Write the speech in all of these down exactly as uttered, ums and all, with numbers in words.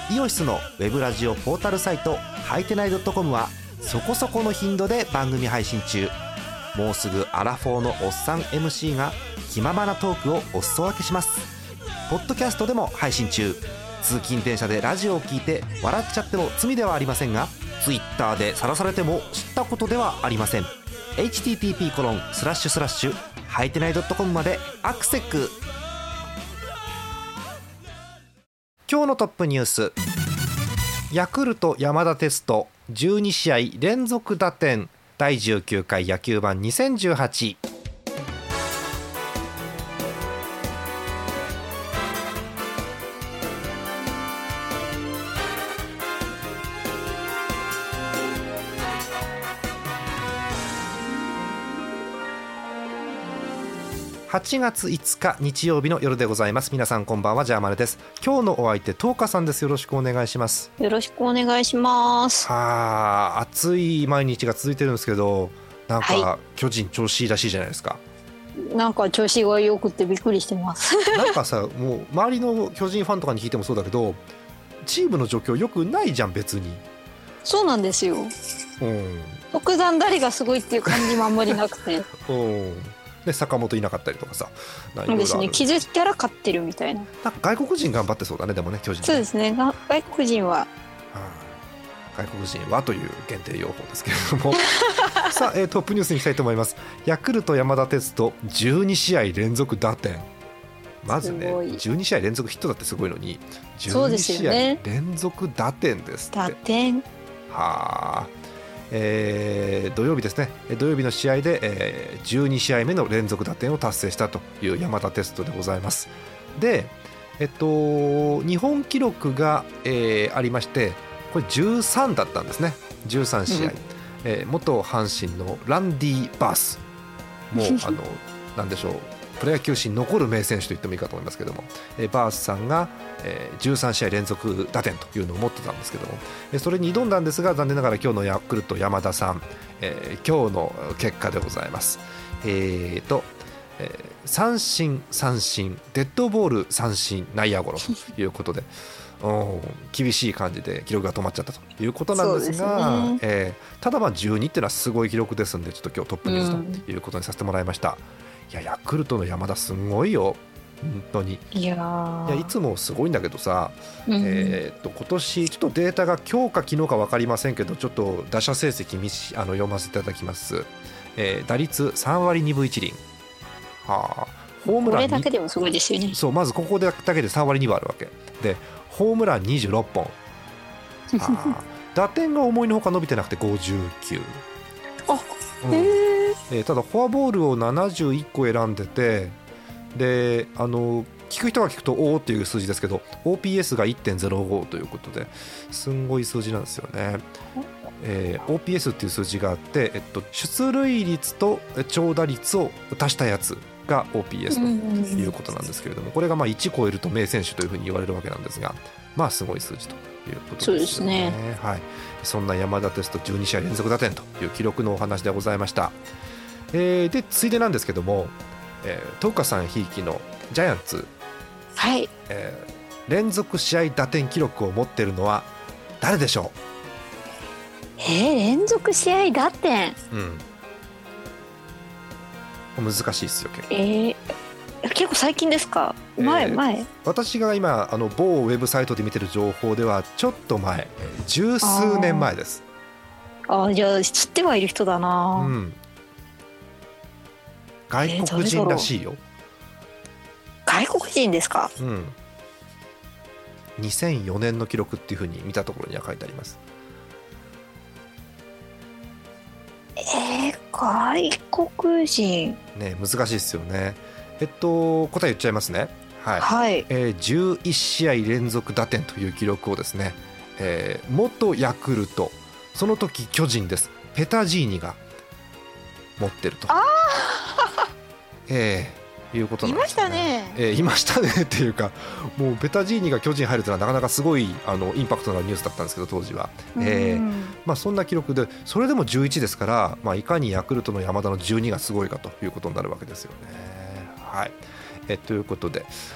イオシスのウェブラジオポータルサイトはいてない .com はそこそこの頻度で番組配信中。もうすぐアラフォーのおっさん エムシー が気ままなトークをお裾分けします。ポッドキャストでも配信中。通勤電車でラジオを聞いて笑っちゃっても罪ではありませんが、ツイッターで晒されても知ったことではありません。 エイチティーティーピーコロンスラッシュスラッシュはいてない .com までアクセック。今日のトップニュース、ヤクルト山田哲人じゅうにしあい連続打点、だいじゅうきゅうかい野球盤にせんじゅうはち。はちがついつか日曜日の夜でございます。皆さんこんばんは、ジャーマネです。今日のお相手トーカさんです。よろしくお願いします。 よろしくお願いします。 はあ、暑い毎日が続いてるんですけど、なんか、はい、巨人調子いいらしいじゃないですか。 なんか調子が良くてびっくりしてますなんかさ、もう周りの巨人ファンとかに聞いてもそうだけど、チームの状況良くないじゃん別に。 そうなんですよ、うん、特段誰がすごいっていう感じもあんまりなくてうんで坂本いなかったりとかさ、 そうですね、気づいたら勝ってるみたいな。 なんか外国人頑張ってそうだね。でもね、巨人ね。 そうですね、外国人は、はあ、外国人はという限定用法ですけれどもさあ、えー、トップニュースに行きたいと思います。ヤクルト山田哲人じゅうにしあい連続打点。まずね、じゅうにしあい連続ヒットだってすごいのに、じゅうにしあい連続打点ですって。 打点はあ、えー、土曜日ですね、土曜日の試合で、えー、じゅうにしあいめの連続打点を達成したという山田哲人でございます。で、えっと、日本記録が、えー、ありまして、これじゅうさんだったんですね。じゅうさんしあい、うん、えー、元阪神のランディ・バース、もうあのなんでしょう、プロ野球史に残る名選手と言ってもいいかと思いますけども、えー、バースさんが、えー、じゅうさんしあい連続打点というのを持ってたんですけども、えー、それに挑んだんですが、残念ながら今日のヤクルト山田さん、えー、今日の結果でございます。えーとえー、三振三振デッドボール三振内野ゴロということで厳しい感じで記録が止まっちゃったということなんですが、ね、えー、ただまあじゅうにっていうのはすごい記録ですので、ちょっと今日トップニュースということにさせてもらいました。いや、ヤクルトの山田すごいよ本当に。 いやいや、いつもすごいんだけどさ、うん、えー、と今年ちょっとデータが今日か昨日か分かりませんけど、ちょっと打者成績見しあの読ませていただきます。えー、打率さんわりにぶいちりん、はあ、ホームラン、 これだけでもすごいですよね。 そう、まずここだけでさんわりにぶあるわけで、ホームランにじゅうろっぽん、あ打点が思いのほか伸びてなくてごじゅうきゅう。 あ、 うん、 へー、 えー、ただフォアボールをななじゅういっこ選んでて、であの聞く人が聞くとおーっていう数字ですけど、 オーピーエス が いってんゼロご ということですんごい数字なんですよね。えー、オーピーエス っていう数字があって、えっと、出塁率と長打率を足したやつが オーピーエス ということなんですけれども、これがまあいち超えると名選手というふうに言われるわけなんですが、まあすごい数字ということですよね。そうですね、はい、そんな山田哲人じゅうにしあい連続打点という記録のお話でございました。えー、でついでなんですけども、えー、トウカさんひいきのジャイアンツ、 はい、 えー、連続試合打点記録を持っているのは誰でしょう。 えー、連続試合打点、 うん、難しいですよ結構。 えー、結構最近ですか。前、えー、前私が今あの某ウェブサイトで見てる情報ではちょっと前、十数年前です。 ああ、じゃあ知ってはいる人だな、うん、 外国人らしいよ。 外国人ですか。 うん、にせんよねんの記録っていうふうに見たところには書いてあります。 えー、外国人ね、難しいですよね。えっと答え言っちゃいますね。はい、 はい、 えー、じゅういちしあい連続打点という記録をですね、えー、元ヤクルト、その時巨人です、ペタジーニが持ってると。 あえー、いうことなんですね。 いましたね、 えー、いましたねっていうか、もうペタジーニが巨人入るというのはなかなかすごいあのインパクトのあるニュースだったんですけど当時は、えーまあ、そんな記録で、それでもじゅういちですから、まあ、いかにヤクルトの山田のじゅうにがすごいかということになるわけですよね。はい、えー、ということで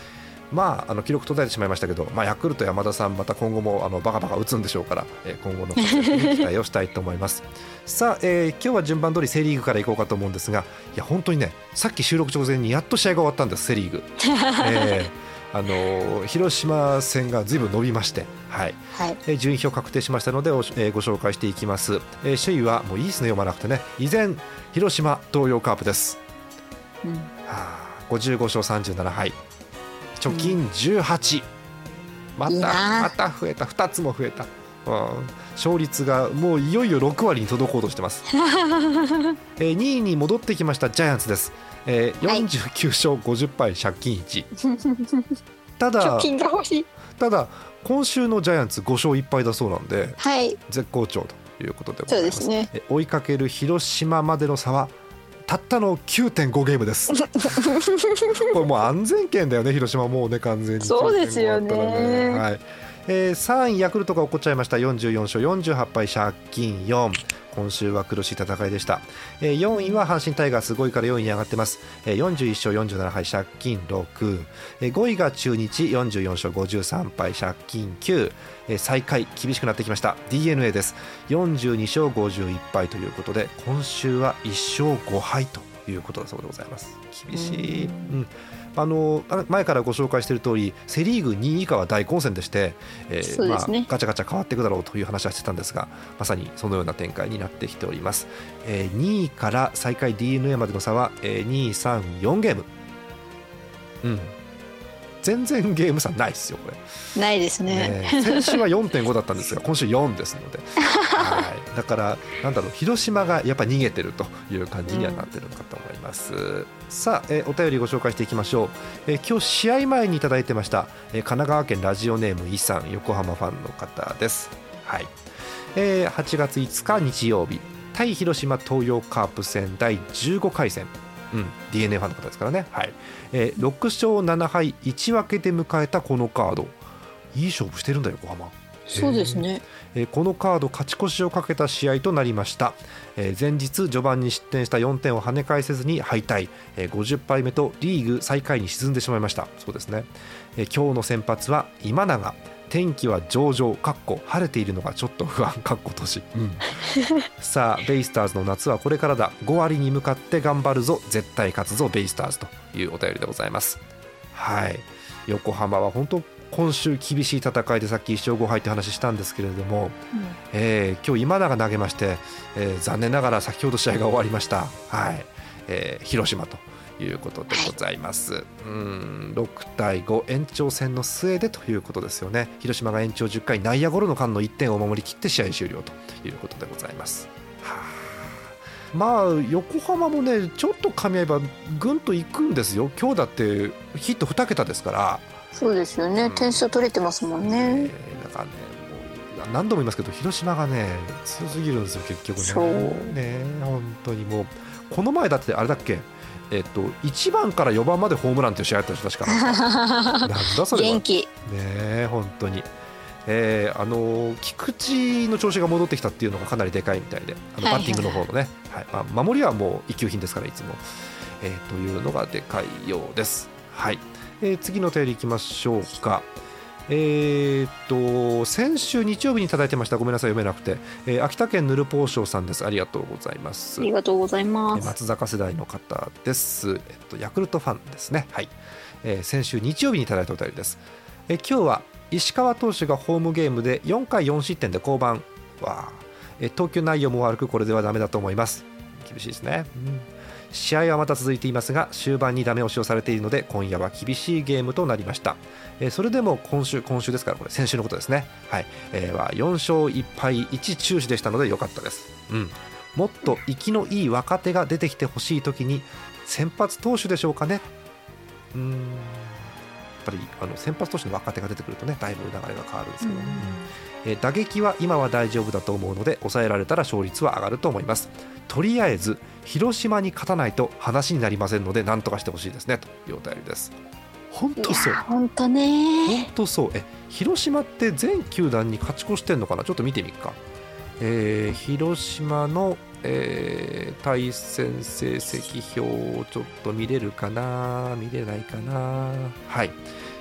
まあ、あの記録途絶えてしまいましたけど、まあ、ヤクルト山田さんまた今後もあのバカバカ打つんでしょうから、えー、今後の活躍に期待をしたいと思いますさあ、えー、今日は順番通りセリーグからいこうかと思うんですが、いや本当にねさっき収録直前にやっと試合が終わったんですセリーグ、えーあのー、広島戦がずいぶん伸びまして、はいはい、えー、順位表確定しましたので、えー、ご紹介していきます、えー、首位はもういいですね読まなくてね、依然広島東洋カープです、うんはあ、ごじゅうごしょうさんじゅうななはい、貯金じゅうはち、うん、またまた増えた、ふたつも増えた、うん、勝率がもういよいよろくわりに届こうとしてます、えー、にいに戻ってきましたジャイアンツです、えー、よんじゅうきゅうしょうごじゅっぱい借金いちただ貯金が欲しい。 ただ今週のジャイアンツごしょういっぱいだそうなんで、 はい、 絶好調ということでございます。 そうですね、 え追いかける広島までの差はたったの きゅうてんご ゲームですこれもう安全圏だよね、広島もうね完全に、 そうですよね、 はい、えー、さんいヤクルトが起こっちゃいました。よんじゅうよんしょうよんじゅうはっぱい借金よん、今週は苦しい戦いでした、えー、よんいは阪神タイガース、ごいからよんいに上がってます、えー、よんじゅういっしょうよんじゅうななはい借金ろく、えー、ごいが中日よんじゅうよんしょうごじゅうさんぱい借金きゅう、えー、最下位厳しくなってきました ディーエヌエー です。よんじゅうにしょうごじゅういっぱいということで、今週はいっしょうごはいということだそうでございます。厳しい、うん、あの前からご紹介している通りセリーグにい以下は大混戦でして、えーまあ、ガチャガチャ変わっていくだろうという話はしてたんですが、まさにそのような展開になってきております、えー、にいから最下位 ディーエヌエー までの差は、えー、に、さん、よんゲーム、うん、全然ゲーム差ないですよこれ。 ないですね、 ね、先週は よんてんご だったんですが今週よんですのではい、だからなんだろう、広島がやっぱ逃げてるという感じにはなってるのかと思います、うん、さあ、えー、お便りご紹介していきましょう、えー、今日試合前にいただいてました、えー、神奈川県ラジオネームイさん、横浜ファンの方です、はい、えー、はちがついつか日曜日、対広島東洋カープ戦だいじゅうごかい戦、うん、ディーエヌエー ファンの方ですからね、はい、えー、ろくしょうななはいいち分けで迎えたこのカード、いい勝負してるんだよ横浜。 そうですね、 えー、このカード勝ち越しをかけた試合となりました、えー、前日序盤に失点したよんてんを跳ね返せずに敗退、えー、ごじゅっぱいめとリーグ最下位に沈んでしまいました。そうですね、えー、今日の先発は今永、天気は上々かっこ晴れているのがちょっと不安かっこ年、うん、さあベイスターズの夏はこれからだ、ごわりに向かって頑張るぞ、絶対勝つぞベイスターズというお便りでございます。はい、横浜は本当今週厳しい戦いで、さっきいっしょうごはいって話したんですけれども、うん、えー、今日今永投げまして、えー、残念ながら先ほど試合が終わりました、はい、えー、広島ということでございます、はい、うーんろくたいご延長戦の末でということですよね。広島が延長じゅっかい内野ゴロの間のいってんを守りきって試合終了ということでございます。はあ、まあ横浜もねちょっと噛み合えばぐんといくんですよ。今日だってヒットにけたですから。 そうですよね、うん、点数取れてますもんね、えー、 だからねもう何度も言いますけど広島がね強すぎるんですよ結局ね。 そうね本当にもうこの前だってあれだっけ、えっと、いちばんからよばんまでホームランっていう試合あったでしょ確かなんだそれは元気ね本当に、えー、あの菊池の調子が戻ってきたっていうのがかなりでかいみたいで、あのバッティングの方のね、はいはいはい、まあ、守りはもう一級品ですからいつも、えー、というのがでかいようです。はい、えー、次のお便りいきましょうか。えー、っと先週日曜日にいただいてました。ごめんなさい読めなくて、えー、秋田県ぬるぽうしょうさんです。ありがとうございます。 ありがとうございます。 松坂世代の方です、えっと、ヤクルトファンですね。はい、えー、先週日曜日にいただいたお便りです。えー、今日は石川投手がホームゲームでよんかいよんしってんで降板わ、えー、投球内容も悪くこれではダメだと思います。厳しいですね、うん、試合はまた続いていますが終盤にダメ押しをされているので今夜は厳しいゲームとなりました。えー、それでも今週今週ですからこれ先週のことですね。はい、えー、はよんしょういっぱいいち中止でしたので良かったです。うん、もっと生きのいい若手が出てきてほしい時に先発投手でしょうかね。うーんやっぱりあの先発投手の若手が出てくるとねだいぶ流れが変わるんですけど、ね、うん、えー、打撃は今は大丈夫だと思うので抑えられたら勝率は上がると思います。とりあえず広島に勝たないと話になりませんので何とかしてほしいですねというお便りです。本当そう本当ね本当そうえ広島って全球団に勝ち越してんのかな。ちょっと見てみっか。えー、広島の、えー、対戦成績表をちょっと見れるかな見れないかな。はい、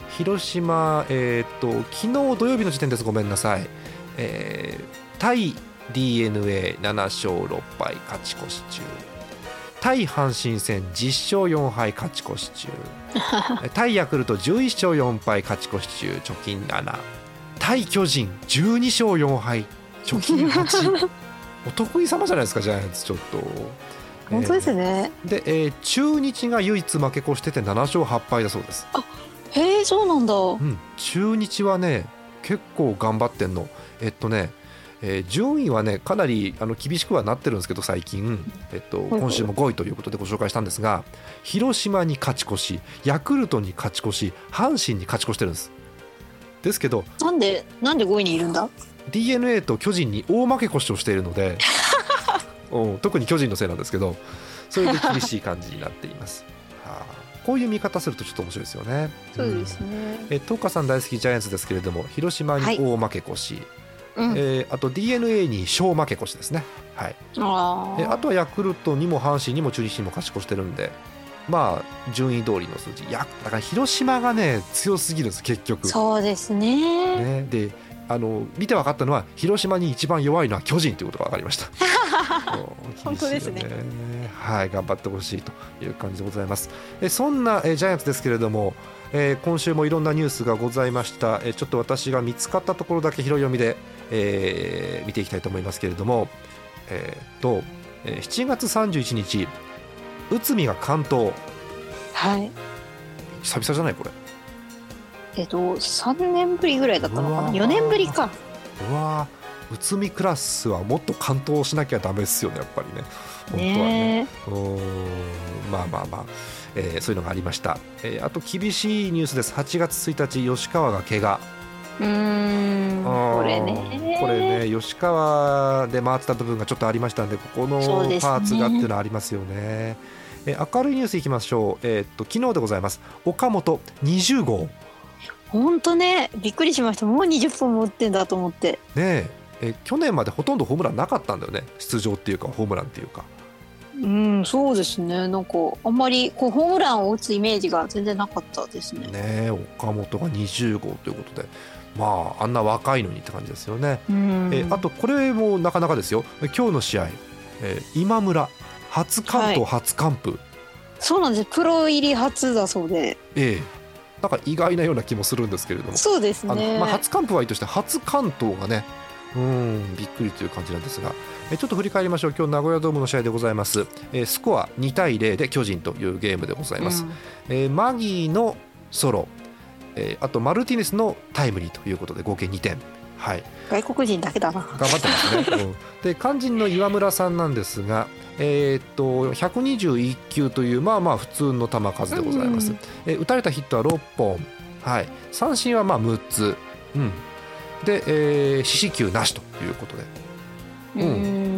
広島、えー、と昨日土曜日の時点です。ごめんなさい、えー、対 ディーエヌエーななしょうろっぱい勝ち越し中、対阪神戦じゅっしょうよんはい勝ち越し中対ヤクルトじゅういっしょうよんぱい勝ち越し中、貯金なな、対巨人じゅうにしょうよんはい貯金はちお得意様じゃないですかジャイアンツ。ちょっと本当ですね、 えー、で、えー、中日が唯一負け越しててななしょうはっぱいだそうです。 あ、へえ、そうなんだ、 うん、中日はね結構頑張ってんの。えっとねえー、順位はねかなりあの厳しくはなってるんですけど最近、えっと、今週もごいということでご紹介したんですが、広島に勝ち越し、ヤクルトに勝ち越し、阪神に勝ち越してるんです。ですけどなんでなんでごいにいるんだ。 ディーエヌエー と巨人に大負け越しをしているのでうん特に巨人のせいなんですけど、それで厳しい感じになっています、はあ、こういう見方するとちょっと面白いですよね。 そうですね、 うん、えトーカさん大好きジャイアンツですけれども、広島に大負け越し、はい、うん、えー、あと ディーエヌエー に小負け越しですね、はい、あ, えあとはヤクルトにも阪神にも中日にも勝ち越してるんで、まあ順位通りの数字。やだから広島がね強すぎるんです結局。 そうですね。 ねであの見て分かったのは広島に一番弱いのは巨人ということが分かりました本当ですね。 はい、頑張ってほしいという感じでございます。えそんなえジャイアンツですけれども、えー、今週もいろんなニュースがございました。えちょっと私が見つかったところだけ拾い読みで、えー、見ていきたいと思いますけれども、えー、としちがつさんじゅういちにち内海が完投。 はい、 久々じゃないこれ。 えっとさんねんぶりぐらいだったのかな。よねんぶりか。 うわ内海クラスはもっと完投しなきゃダメですよねやっぱりね。本当はね。うまあまあまあ、えー、そういうのがありました。えー、あと厳しいニュースです。はちがつついたち吉川が怪我。 うーんこれねこれね吉川で回ってた部分がちょっとありましたんで、ここのパーツがっていうのはありますよね。えー、明るいニュースいきましょう。えー、っと昨日でございます。岡本にじゅうごう。 本当ねびっくりしました。もうにじゅっぽんも打ってんだと思って。 ねええ去年までほとんどホームランなかったんだよね。出場っていうかホームランっていうか。 うんそうですね。なんかあんまりこうホームランを打つイメージが全然なかったですね。 ねえ岡本がにじゅうごうということで、まああんな若いのにって感じですよね。えあとこれもなかなかですよ。今日の試合、えー、今村初完投、はい、初完封。そうなんです。 プロ入り初だそうで。 ええなんか意外なような気もするんですけれども。 そうですね。 あの、まあ、初完封はいいとして初完投がねうんびっくりという感じなんですが、えちょっと振り返りましょう。今日名古屋ドームの試合でございます。えスコアにたいゼロで巨人というゲームでございます。うんえー、マギーのソロ、えー、あとマルティネスのタイムリーということで合計にてん。はい、 外国人だけだな。 頑張ってますね、うん、で肝心の岩村さんなんですが、えー、っとひゃくにじゅういっきゅうというまあまあ普通の球数でございます。うんえー、打たれたヒットはろっぽん、はい、三振はまあむっつ、うんで、えー、四死球なしということで、うん、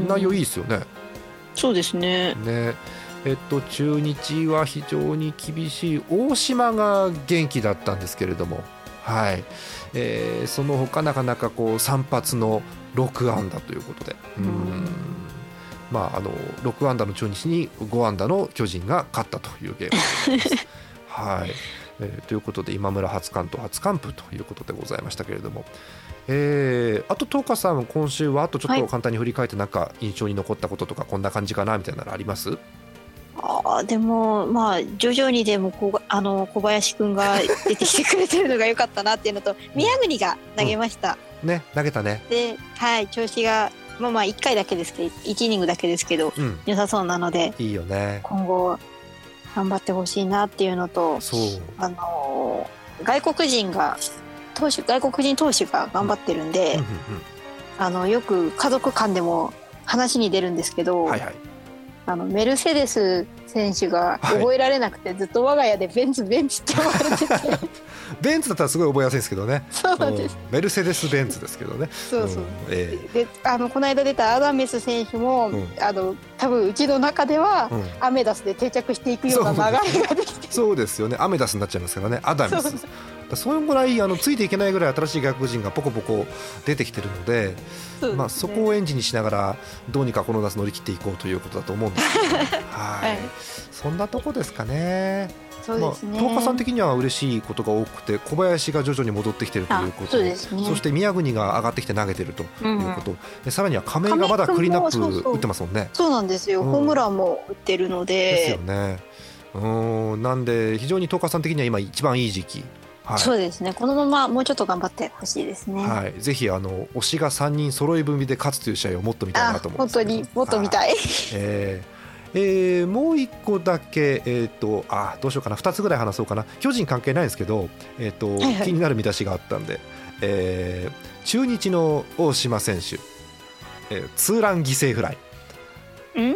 内容いいですよね。 そうですね。 ねえっと、中日は非常に厳しい。大島が元気だったんですけれども、はいえー、その他なかなかこうさん発のろくあんだということで、うんまあ、あのろくあんだの中日にごあんだの巨人が勝ったというゲームです。はいえー、ということで今村初完投初完封ということでございましたけれども、えー、あと東花さん今週はあとちょっと簡単に振り返ってなんか印象に残ったこととかこんな感じかなみたいなのあります？ あでもまあ徐々にでもこあの小林くんが出てきてくれてるのが良かったなっていうのと宮國が投げました、 うん、ね投げたね。 で、はい、調子がまあまあいっかいだけですけどいちイニングだけですけど、うん、良さそうなのでいいよね。 今後頑張ってほしいなっていうのと、 そうあの外国人が投手外国人投手が頑張ってるんで、うんうんうんうん、あのよく家族間でも話に出るんですけど、はいはい、あのメルセデス選手が覚えられなくて、はい、ずっと我が家でベンツベンツって呼ばれててベンツだったらすごい覚えやすいですけどね。 そうなんです。 メルセデスベンツですけどね。 そうそう、うんえー、であのこの間出たアダメス選手も、うん、あの多分うちの中では、うん、アメダスで定着していくような流れができてそうですよね。アメダスになっちゃいますからね。アダメスそのぐらいあのついていけないぐらい新しい外国人がポコポコ出てきてるので、 そ, で、ねまあ、そこをエンジンにしながらどうにかこの夏乗り切っていこうということだと思うんですけど、はい、はい、そんなとこですかね。 そうですね、 まあ、東華さん的には嬉しいことが多くて、小林が徐々に戻ってきているということ、 そうですね、 そして宮國が上がってきて投げているということ、うん、でさらには亀井がまだクリーンアップ打ってますもんね。 そうなんですよ、うん、ホームランも打ってるので。 ですよね。うーん、なんで非常に東華さん的には今一番いい時期、はい、 そうですね、このままもうちょっと頑張ってほしいですね。 はい、ぜひあの推しがさんにん揃い踏みで勝つという試合をもっと見たいなと思うんですけど。 本当にもっと見たい、 えーえー、もういっこだけ、えー、とあどうしようかな、ふたつぐらい話そうかな。巨人関係ないんですけど、えーとはいはい、気になる見出しがあったんで、えー、中日の大島選手、えー、ツーラン犠牲フライん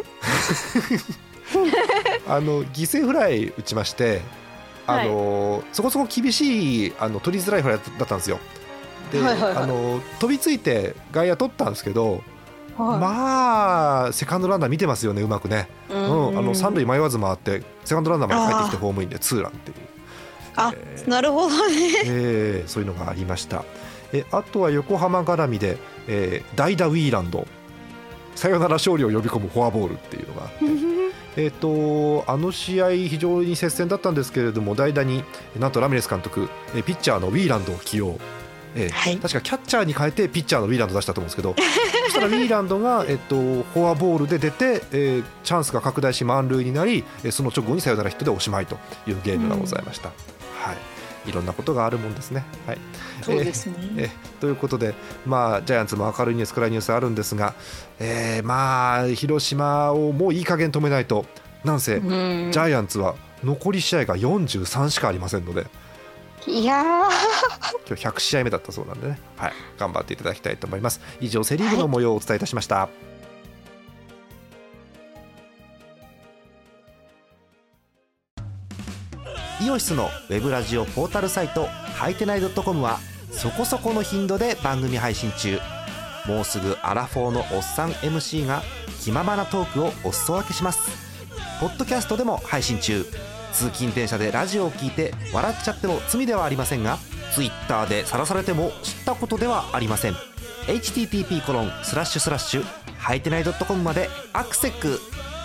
あの犠牲フライ打ちまして、あの、はい、そこそこ厳しいあの取りづらいフライだったんですよ。で、はいはいはい、あの飛びついて外野取ったんですけど、はい、まあセカンドランナー見てますよね、うまくね、うん、うん、あの三塁迷わず回ってセカンドランナーまで帰ってきてホームインでツーランっていう、 あ、えー、なるほどね、 えー、そういうのがありました。えあとは横浜絡みで、えー、代打ウィーランドサヨナラ勝利を呼び込むフォアボールっていうのがあってえとあの試合非常に接戦だったんですけれども、代打になんとラミレス監督ピッチャーのウィーランドを起用、えーはい、確かキャッチャーに変えてピッチャーのウィーランド出したと思うんですけどそしたらウィーランドが、えっと、フォアボールで出て、えー、チャンスが拡大し満塁になり、その直後にサヨナラヒットでおしまいというゲームがございました、うん、はい、いろんなことがあるもんですね、はい、 そうですね、 えーえー、ということで、まあ、ジャイアンツも明るいニュース暗いニュースあるんですが、えー、まあ広島をもういい加減止めないと、なんせ、うん、ジャイアンツは残り試合がよんじゅうさんしかありませんので、 いや今日ひゃくしあいめだったそうなんでね、はい、頑張っていただきたいと思います。以上セリーグの模様をお伝えいたしました、はい、イオシスのウェブラジオポータルサイトはいてない .com はそこそこの頻度で番組配信中。もうすぐアラフォーのおっさん エムシー が気ままなトークをお裾分けします。ポッドキャストでも配信中。通勤電車でラジオを聞いて笑っちゃっても罪ではありませんが、ツイッターで晒されても知ったことではありません。 エイチティーティーピーコロンスラッシュスラッシュはいてない .com までアクセック。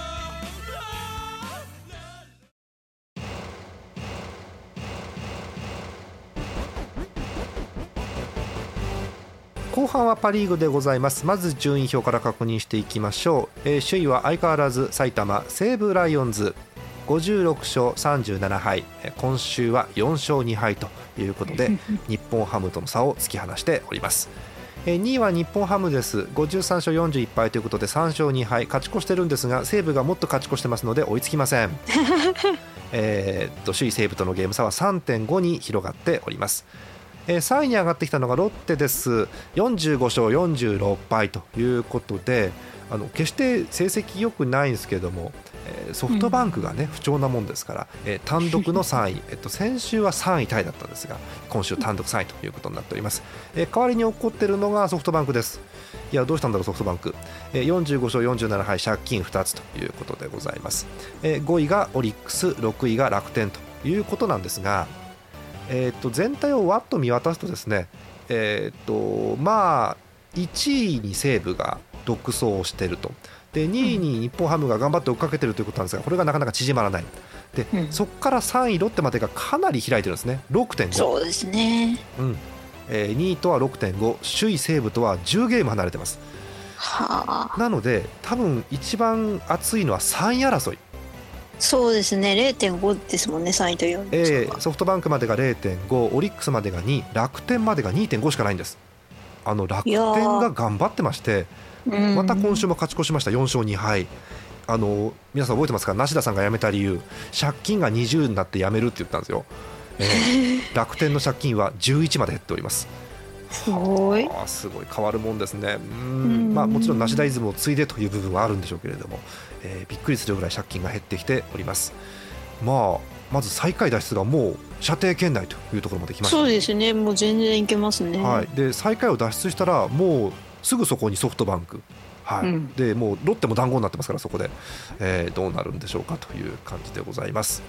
後半はパリーグでございます。まず順位表から確認していきましょう、えー、首位は相変わらず埼玉西武ライオンズごじゅうろくしょうさんじゅうななはい、今週はよんしょうにはいということで日本ハムとの差を突き放しております。にいは日本ハムです。ごじゅうさんしょうよんじゅういっぱいということでさんしょうにはい、勝ち越してるんですが西武がもっと勝ち越してますので追いつきませんえー、と首位西武とのゲーム差は さんてんご に広がっております。えー、さんいに上がってきたのがロッテです。よんじゅうごしょうよんじゅうろっぱいということで、あの決して成績良くないんですけども、えー、ソフトバンクが、ね、不調なもんですから、えー、単独のさんい、えっと、先週はさんいタイだったんですが今週単独さんいということになっております。えー、代わりに起こっているのがソフトバンクです。いやどうしたんだろうソフトバンク、えー、よんじゅうごしょうよんじゅうななはい借金ふたつということでございます。えー、ごいがオリックス、ろくいが楽天ということなんですが、えー、と全体をわっと見渡すとですね、えー、とまあいちいに西武が独走をしていると。でにいに日本ハムが頑張って追っかけているということなんですが、これがなかなか縮まらない。で、うん、そこからさんいロッテまでがかなり開いてるんですね。 ろくてんご。 そうですね、 うんえー、にいとは ろくてんご、 首位西武とはじゅうゲーム離れてます。 はあ、 なので多分一番熱いのはさんい争い。 そうですね れいてんご ですもんね、さんいとよんい、 えー、ソフトバンクまでが れいてんご、 オリックスまでがに、楽天までが にてんご しかないんです。あの楽天が頑張ってまして、また今週も勝ち越しました。よんしょうにはい。あの皆さん覚えてますか、梨田さんが辞めた理由、借金がにじゅうになって辞めるって言ったんですよ。えー、楽天の借金はじゅういちまで減っております。 すごい、 あすごい変わるもんですね。うん、まあ、もちろん梨田イズムを継いでという部分はあるんでしょうけれども、えー、びっくりするぐらい借金が減ってきております。まあ、まず最下位脱出がもう射程圏内というところまで来ました、ね、 そうですね、もう全然いけますね、 はい、で最下位を脱出したらもうすぐそこにソフトバンク、はい、うん、でもうロッテも団子になってますから、そこで、えー、どうなるんでしょうかという感じでございます。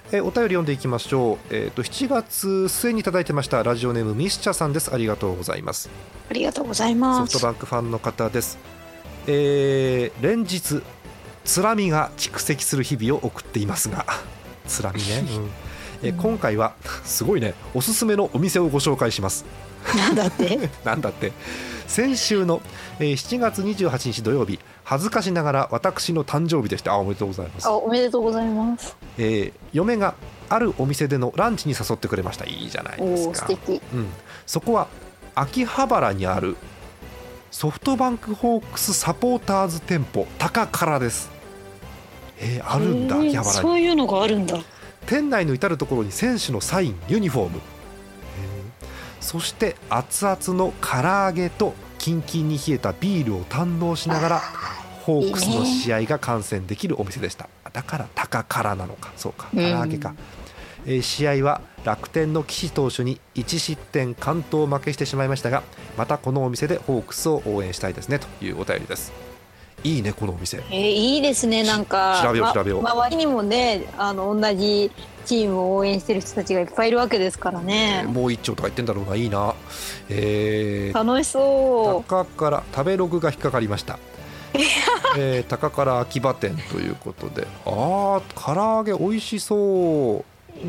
えー、お便り読んでいきましょう。えー、としちがつ末にいただいてました。ラジオネームミスチャさんです。ありがとうございます。 ありがとうございます。 ソフトバンクファンの方です。えー、連日つらみが蓄積する日々を送っていますがつらみね、うんえー、今回はすごいね、おすすめのお店をご紹介します。 なんだってなんだって先週の、えー、しちがつにじゅうはちにち土曜日、恥ずかしながら私の誕生日でした。あ、おめでとうございます。 あ、おめでとうございます。 えー、嫁があるお店でのランチに誘ってくれました。いいじゃないですか。 お、素敵、 うん、そこは秋葉原にあるソフトバンクホークスサポーターズ店舗高からです。えー、あるんだ、秋葉原に。 そういうのがあるんだ。 店内の至るところに選手のサイン、ユニフォーム、そして熱々の唐揚げとキンキンに冷えたビールを堪能しながらホークスの試合が観戦できるお店でした。だから高からなのか。そうか、唐揚げか、うん、えー、試合は楽天の岸投手にいちしってん完投負けしてしまいましたが、またこのお店でホークスを応援したいですねというお便りです。いいね、このお店。 えー、いいですね。なんか調べよう調べよう、 ま、周りにもね、あの同じチームを応援してる人たちがいっぱいいるわけですからね。 えー、もう一丁とか言ってんだろうな。いいな、えー、 楽しそう。 高から食べログが引っかかりました。えー、高から秋葉店ということで、あー、唐揚げ美味しそう。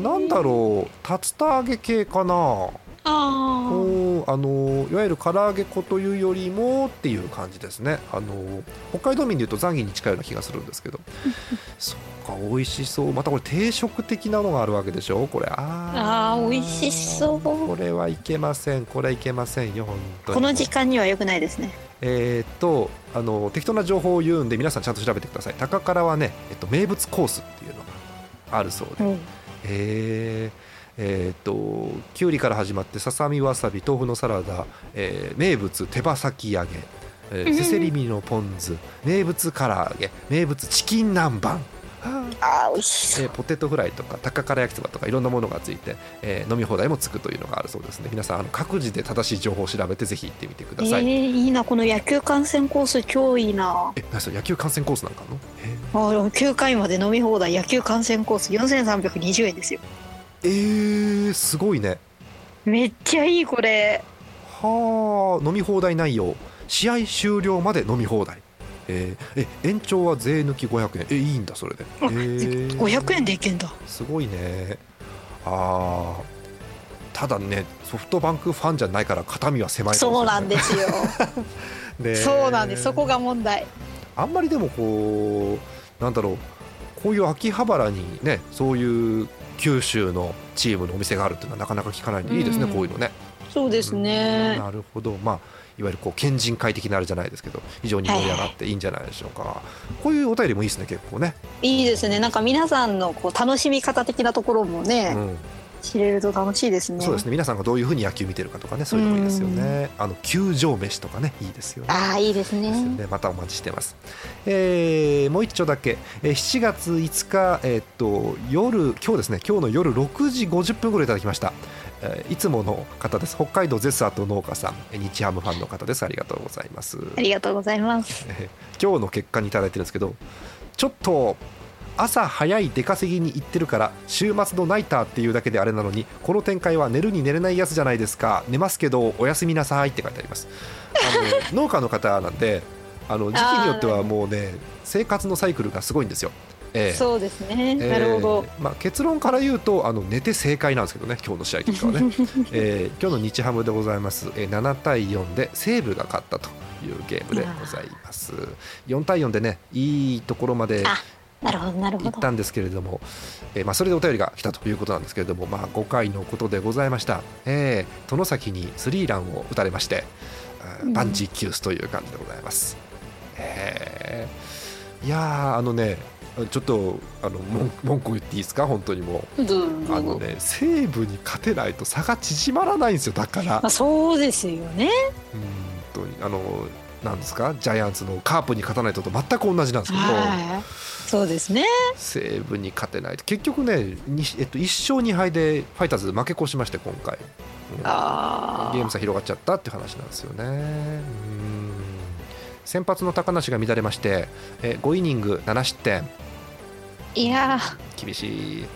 なんだろう、竜田揚げ系かな。 ああのいわゆる唐揚げ粉というよりもっていう感じですね。あの北海道民でいうとザンギに近いような気がするんですけどそっか、美味しそう。またこれ定食的なのがあるわけでしょ、これ。ああ、美味しそう。 これはいけません、これはいけませんよ、本当に。 この時間には良くないですね。 えー、っとあの適当な情報を言うんで皆さんちゃんと調べてください。高からはね、えっと、名物コースっていうのがあるそうで、うん、えーえー、ときゅうりから始まってささみわさび豆腐のサラダ、えー、名物手羽先揚げ、えー、せせり身のポン酢、名物唐揚げ、名物チキン南蛮、 あー、美味しそう、 えー、ポテトフライとか高から焼きそばとかいろんなものがついて、えー、飲み放題もつくというのがあるそうですね。皆さんあの各自で正しい情報を調べてぜひ行ってみてください。 えー、いいな、この野球観戦コース超いいな。 え、何それ、野球観戦コースなんかあんの？ あ、きゅうかいまで飲み放題野球観戦コースよんせんさんびゃくにじゅうえんですよ。 えー、すごいね。 めっちゃいい、これ。 はあ、飲み放題内容、試合終了まで飲み放題、えー、え延長は税抜きごひゃくえん。え、いいんだそれで、えー、 ごひゃくえんでいけんだ。 すごいね。あー、ただね、ソフトバンクファンじゃないから肩身は狭いかもしれない。 そうなんですよね、 そうなんです、そこが問題。 あんまりでもこうなんだろう、こういう秋葉原にね、そういう九州のチームのお店があるっていうのはなかなか聞かないんでいいですね、うん、こういうのね。 そうですね、 うん、なるほど。まあいわゆるこう県人会的なあれじゃないですけど、非常に盛り上がっていいんじゃないでしょうか、はいはい、こういうお便りもいいですね、結構ね。いいですね。なんか皆さんのこう楽しみ方的なところもね、うん、知れると楽しいですね。 そうですね、皆さんがどういうふうに野球見てるかとかね、そういうのもいいですよね。あの球場飯とかね、いいですよね。 ああ、いいですね。ですよね。またお待ちしてます。えー、もう一丁だけ、えー、しちがついつか、えー、っと夜今日ですね、今日の夜ろくじごじゅっぷん頃いただきました。えー、いつもの方です。北海道ゼスアート農家さん、日ハムファンの方です。ありがとうございます。 ありがとうございます。 えー、今日の結果にいただいてるんですけど、ちょっと朝早い出稼ぎに行ってるから週末のナイターっていうだけであれなのに、この展開は寝るに寝れないやつじゃないですか。寝ますけどおやすみなさいって書いてあります。あの農家の方なんで、あの時期によってはもうね、生活のサイクルがすごいんですよ。えー、 そうですね、えー、なるほど。 まあ、結論から言うとあの寝て正解なんですけどね、今日の試合結果はね、えー、今日の日ハムでございます、えー、ななたいよんで西武が勝ったというゲームでございます。よんたいよんでね、いいところまでなるほどなるほど行ったんですけれども、えーまあ、それでお便りが来たということなんですけれども、まあ、ごかいのことでございました。えー、外崎にスリーランを打たれまして、バンジーキュースという感じでございます。えー、いやー、あのね、ちょっとあの文句言っていいですか、本当にもう、あのね、西武に勝てないと差が縮まらないんですよ。だから、まあ、そうですよね。 うんとあのなんですか、ジャイアンツのカープに勝たないとと全く同じなんですけど、 そうですね、 西武に勝てないと結局ね、えっと、いっしょうにはいでファイターズ負け越しまして、今回、うん、 あゲーム差広がっちゃったっていう話なんですよね。うん、先発の高梨が乱れまして、えごイニングななしってん。 いや厳しい。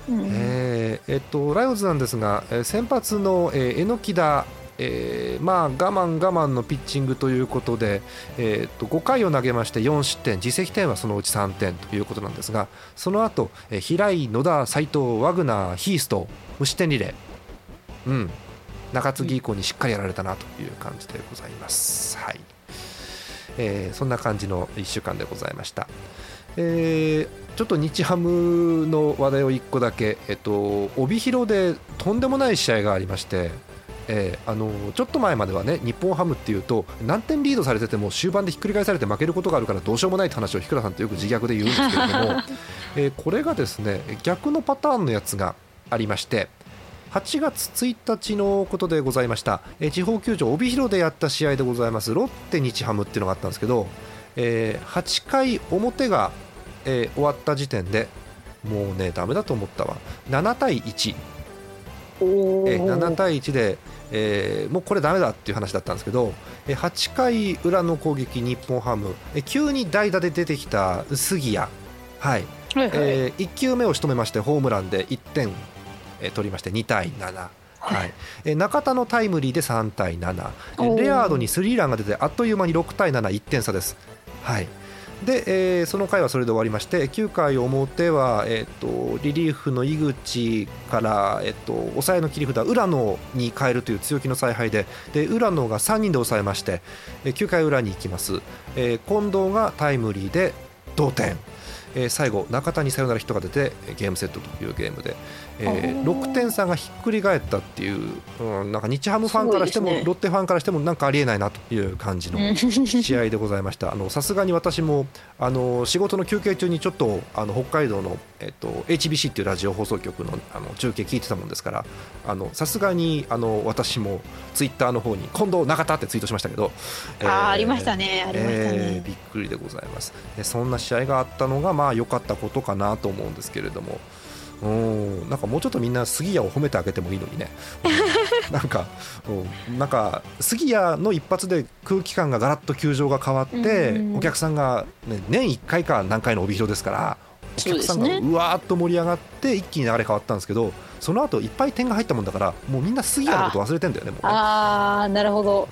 うん、 えーえっと、ライオンズなんですが先発の、えー、榎田、えーまあ、我慢我慢のピッチングということで、えー、とごかいを投げましてよんしってん、自責点はそのうちさんてんということなんですが、その後、えー、平井、野田、斉藤、ワグナー、ヒースと無失点リレー、うん、中継ぎ以降にしっかりやられたなという感じでございます、はい。えー、そんな感じのいっしゅうかんでございました。えー、ちょっと日ハムの話題をいっこだけ、えっと、帯広でとんでもない試合がありまして、えー、あのちょっと前まではね、日本ハムっていうと何点リードされてても終盤でひっくり返されて負けることがあるからどうしようもないって話を日倉さんとよく自虐で言うんですけれども、えー、これがですね逆のパターンのやつがありまして、はちがつついたちのことでございました。えー、地方球場帯広でやった試合でございます。ロッテ日ハムっていうのがあったんですけど、えー、はちかい表が、えー、終わった時点でもうねダメだと思ったわ。ななたいいち、えー、ななたいいちで、えー、もうこれダメだっていう話だったんですけど、えー、はちかい裏の攻撃日本ハム、えー、急に代打で出てきた杉谷、はい、はいはい、えー、いっきゅうめを仕留めましてホームランでいってん、えー、取りましてにたいなな、はい、えー、中田のタイムリーでさんたいなな、えー、レアードにスリーランが出てあっという間にろくたいなな、いってん差です、はい。で、えー、その回はそれで終わりまして、きゅうかい表は、えー、とリリーフの井口から、えー、と抑えの切り札浦野に変えるという強気の采配で、で浦野がさんにんで抑えまして、えー、きゅうかい裏に行きます、えー、近藤がタイムリーで同点、えー、最後中田にサヨナラヒットが出てゲームセットというゲームで、えー、ろくてん差がひっくり返ったっていう、うん、なんか日ハムファンからしても、ね、ロッテファンからしてもなんかありえないなという感じの試合でございました。さすがに私もあの仕事の休憩中にちょっとあの北海道の、えっと、エイチビーシー っていうラジオ放送局 の, あの中継聞いてたもんですから、さすがにあの私もツイッターの方に近藤中田ってツイートしましたけど、 あ、えー、ありましたね、ありましたね、 えー、びっくりでございます。でそんな試合があったのがまあ良かったことかなと思うんですけれども、うん、なんかもうちょっとみんな杉谷を褒めてあげてもいいのにね、うん、なんか、うん、なんか杉谷の一発で空気感がガラッと球場が変わって、うん、お客さんが、ね、年いっかいか何回の帯広ですから、お客さんがうわーっと盛り上がって一気に流れ変わったんですけど、その後いっぱい点が入ったもんだからもうみんな杉谷のこと忘れてんだよね。もうね、 あー、なるほど、 うん、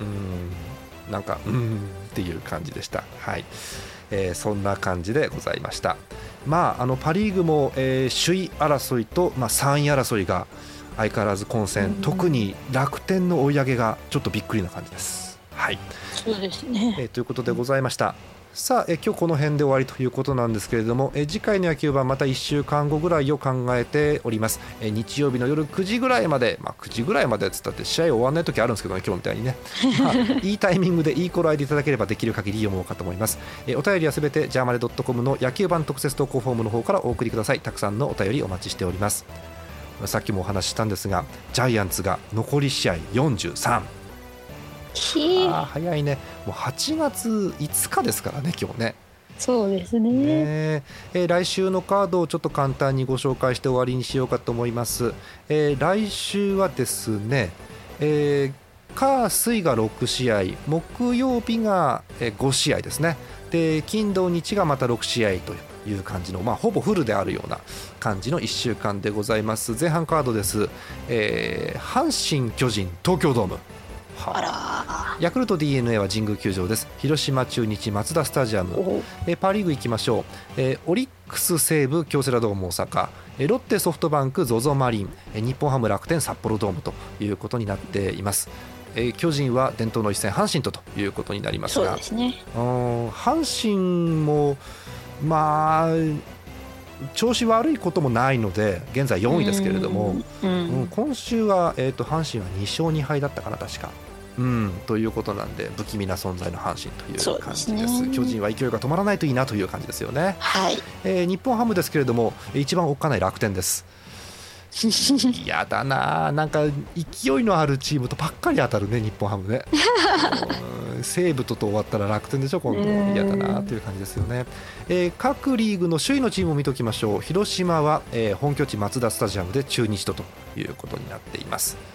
なんかうんっていう感じでした。はい、えー、そんな感じでございました。まあ、あのパ・リーグも、えー、首位争いと、まあ、さんい争いが相変わらず混戦、うん、特に楽天の追い上げがちょっとびっくりな感じです。はい、 そうですね、 えー、ということでございました。さあ、え今日この辺で終わりということなんですけれども、え次回の野球版またいっしゅうかんごぐらいを考えております。え日曜日の夜くじぐらいまで、まあ、くじぐらいまでっつったって試合終わんない時あるんですけどね、今日みたいにね、まあ、いいタイミングでいい頃合いでいただければできる限り読もうかと思います。えお便りはすべてジャーマネ .com の野球版特設投稿フォームの方からお送りください。たくさんのお便りお待ちしております。さっきもお話ししたんですが、ジャイアンツが残り試合よんじゅうさん、あ早いね、もうはちがついつかですからね今日ね。 そうですね、 ねえー、来週のカードをちょっと簡単にご紹介して終わりにしようかと思います。えー、来週はですね、えー、火水がろくしあい、木曜日がごしあいですね。で金土日がまたろくしあいという感じの、まあ、ほぼフルであるような感じのいっしゅうかんでございます。前半カードです。えー、阪神巨人東京ドーム、 あら、 ヤクルト ディーエヌエー は神宮球場です。広島中日マツダスタジアム。えパ・リーグ行きましょう。えオリックス西武京セラドーム大阪、えロッテソフトバンク ゾゾ マリン、え日本ハム楽天札幌ドームということになっています。え巨人は伝統の一戦阪神とということになりますが、 そうですね、 阪神もまあ調子悪いこともないので現在よんいですけれども、うんうん、今週は、えーと、阪神はにしょうにはいだったかな確か、うん、ということなんで不気味な存在の阪神という感じです。ですね、巨人は勢いが止まらないといいなという感じですよね。 はい、 えー、日本ハムですけれども一番おっかない楽天です。やだな、なんか勢いのあるチームとばっかり当たるね日本ハムね。西武とと終わったら楽天でしょ今度。嫌だなという感じですよね。えー、各リーグの首位のチームを見ておきましょう。広島は、えー、本拠地マツダスタジアムで中日とということになっています。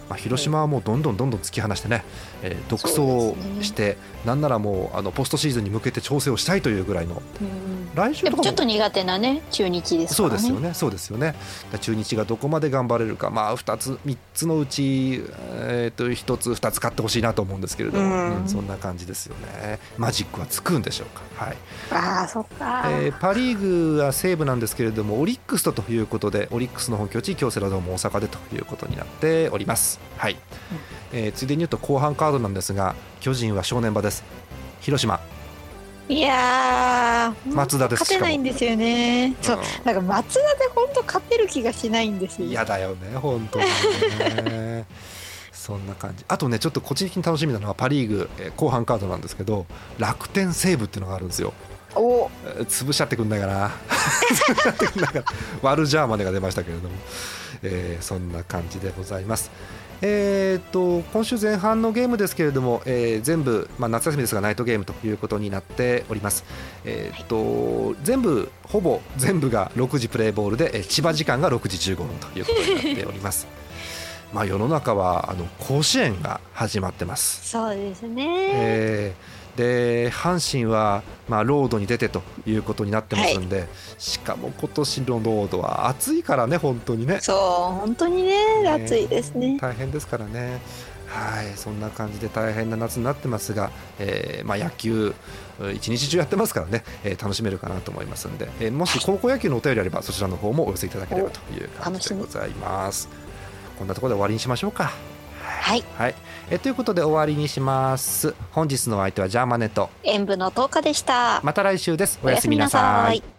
まあ、広島はもうどんどんどんどん突き放してね、えー、独走して、ね、なんならもうあのポストシーズンに向けて調整をしたいというぐらいの、うん、来週とかもちょっと苦手なね中日ですからね。 そうですよね、そうですよね。中日がどこまで頑張れるか、まあ、ふたつみっつのうち、えー、とひとつふたつ勝ってほしいなと思うんですけれども、うんうん、そんな感じですよね。マジックはつくんでしょうか。はい、 ああそっか、 えー、パリーグは西武なんですけれどもオリックスとということでオリックスの本拠地京セラドーム大阪でということになっております。はい、うん、えー、ついでに言うと後半カードなんですが巨人は正念場です。広島いやー松田です。 勝てないんですよね、うん、そうなんか松田で本当勝てる気がしないんですよ。 嫌だよね本当にねそんな感じ。あとねちょっと個人的に楽しみなのはパリーグ、えー、後半カードなんですけど楽天西武っていうのがあるんですよ。 お潰しちゃってくんないかな潰しちゃってくんないかなワルジャーまでが出ましたけれども、えー、そんな感じでございます。えー、と今週前半のゲームですけれども、えー、全部、まあ、夏休みですがナイトゲームということになっております。えーとはい、全部ほぼ全部がろくじプレーボールで、えー、千葉時間がろくじじゅうごふんということになっておりますまあ世の中はあの甲子園が始まってます。 そうですね、 えーで阪神は、まあ、ロードに出てということになってますんで、はい、しかも今年のロードは暑いからね本当にね。 そう本当に ね, ね暑いですね。 大変ですからね。はい、そんな感じで大変な夏になってますが、えーまあ、野球一日中やってますからね、えー、楽しめるかなと思いますので、えー、もし高校野球のお便りあればそちらの方もお寄せいただければという感じでございます。こんなところで終わりにしましょうか。 はい、 はい、えということで終わりにします。本日のお相手はジャーマネと演舞のとおかでした。 また来週です。おやすみなさい。